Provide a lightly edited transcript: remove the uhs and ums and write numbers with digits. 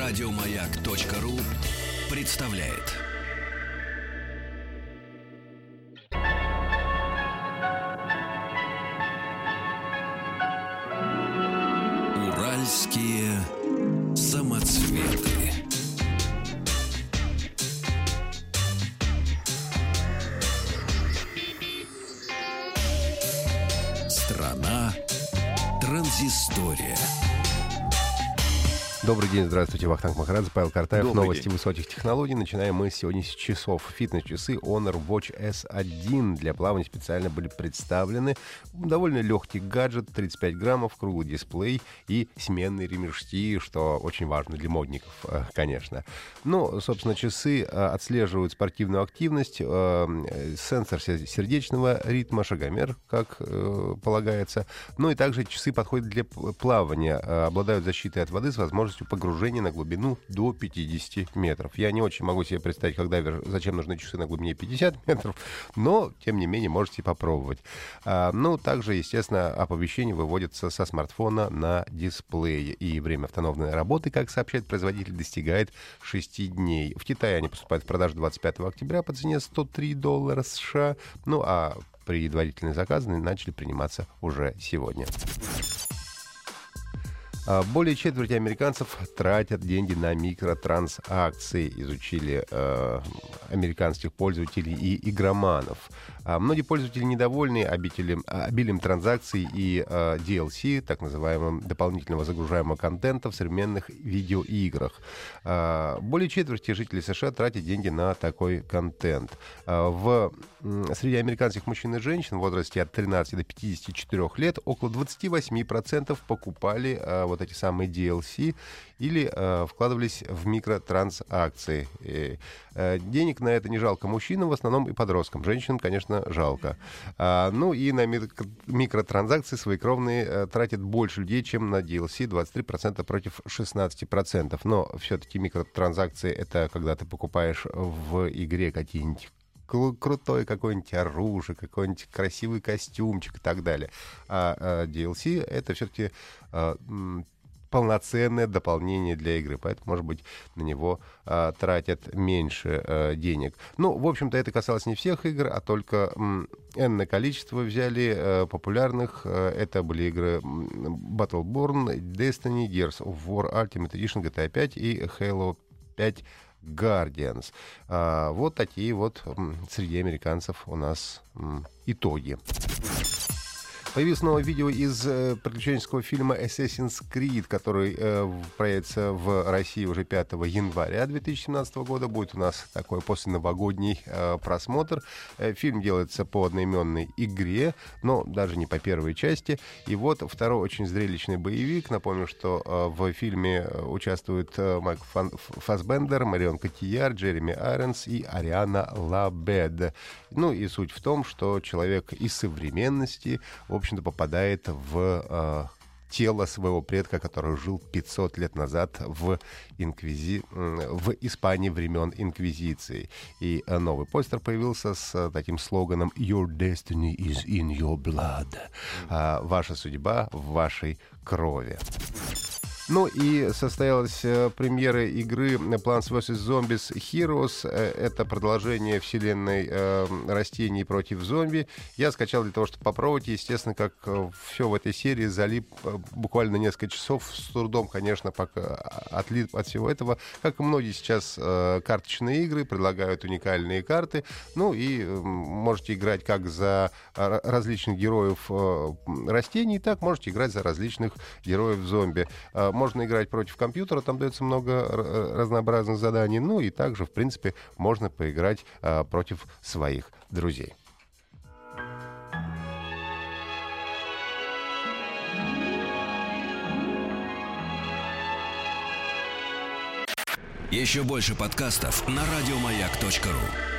Радиомаяк.ру представляет. Уральские самоцветы. Страна транзистория. Добрый день, здравствуйте, Вахтанг Махарадзе, Павел Картаев. Добрый Новости день. высоких технологий. Начинаем мы сегодня с часов. Фитнес-часы Honor Watch S1 для плавания специально были представлены. Довольно легкий гаджет, 35 граммов, круглый дисплей и сменные ремешки, что очень важно для модников, конечно. Ну, собственно, часы отслеживают спортивную активность, сенсор сердечного ритма, шагомер, как полагается. Ну и также часы подходят для плавания, обладают защитой от воды с возможностью погружения на глубину до 50 метров. Я не очень могу себе представить, как дайвер, зачем нужны часы на глубине 50 метров, но, тем не менее, можете попробовать. Ну, также, естественно, оповещения выводятся со смартфона на дисплее. И время автономной работы, как сообщает производитель, достигает 6 дней. В Китае они поступают в продажу 25 октября по цене $103 США. Ну, а предварительные заказы начали приниматься уже сегодня. Более четверти американцев тратят деньги на микротранзакции, изучили американских пользователей и игроманов. Многие пользователи недовольны обилием транзакций и DLC, так называемым дополнительного загружаемого контента в современных видеоиграх. Более четверти жителей США тратят деньги на такой контент. Среди американских мужчин и женщин в возрасте от 13 до 54 лет около 28% покупали вот эти самые DLC или вкладывались в микротранзакции. Денег на это не жалко мужчинам, в основном и подросткам. Женщинам, конечно, жалко. Ну и на микротранзакции своекровные тратят больше людей, чем на DLC, 23% против 16%. Но все-таки микротранзакции — это когда ты покупаешь в игре какие-нибудь крутое какое-нибудь оружие, какой-нибудь красивый костюмчик и так далее. А DLC — это все-таки полноценное дополнение для игры, поэтому, может быть, на него тратят меньше денег. Ну, в общем-то, это касалось не всех игр, а только энное количество взяли популярных. Это были игры Battleborn, Destiny, Gears of War, Ultimate Edition, GTA 5 и Halo 5 Guardians. Вот такие вот среди американцев у нас итоги. Появилось новое видео из приключенческого фильма Assassin's Creed, который проявится в России уже 5 января 2017 года. Будет у нас такой посленовогодний просмотр. Фильм делается по одноименной игре, но даже не по первой части. И вот второй очень зрелищный боевик. Напомню, что в фильме участвуют Майк Фассбендер, Марион Котийяр, Джереми Айронс и Ариана Лабед. Ну и суть в том, что человек из современности, в общем-то, попадает в тело своего предка, который жил 500 лет назад в Испании времен Инквизиции. И новый постер появился с таким слоганом «Your destiny is in your blood». «Ваша судьба в вашей крови». Ну и состоялась премьера игры Plants vs. Zombies Heroes. Это продолжение вселенной растений против зомби. Я скачал для того, чтобы попробовать. Естественно, как все в этой серии, залип буквально несколько часов. С трудом, конечно, пока отлип от всего этого. Как и многие сейчас карточные игры, предлагают уникальные карты. Ну и можете играть как за различных героев растений, так можете играть за различных героев зомби. Можно играть против компьютера, там дается много разнообразных заданий. Ну и также, в принципе, можно поиграть против своих друзей. Еще больше подкастов на радиомаяк.ру.